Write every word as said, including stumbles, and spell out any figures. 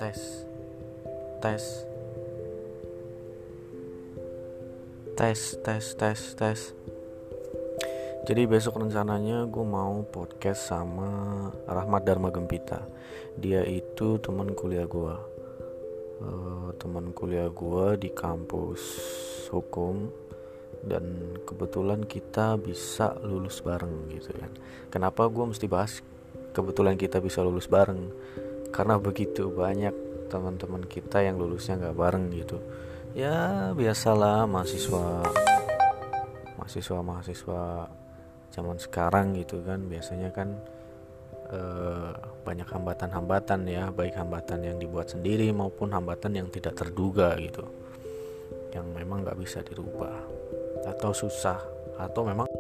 tes tes tes tes tes tes Jadi besok rencananya gue mau podcast sama Rahmat Dharma Gempita. Dia itu teman kuliah gue, uh, teman kuliah gue di kampus hukum, dan kebetulan kita bisa lulus bareng gitu kan. Kenapa gue mesti bahas kebetulan kita bisa lulus bareng? Karena begitu banyak teman-teman kita yang lulusnya nggak bareng gitu. Ya biasalah mahasiswa mahasiswa mahasiswa zaman sekarang gitu kan, biasanya kan eh, banyak hambatan-hambatan ya, baik hambatan yang dibuat sendiri maupun hambatan yang tidak terduga gitu, yang memang nggak bisa dirubah atau susah, atau memang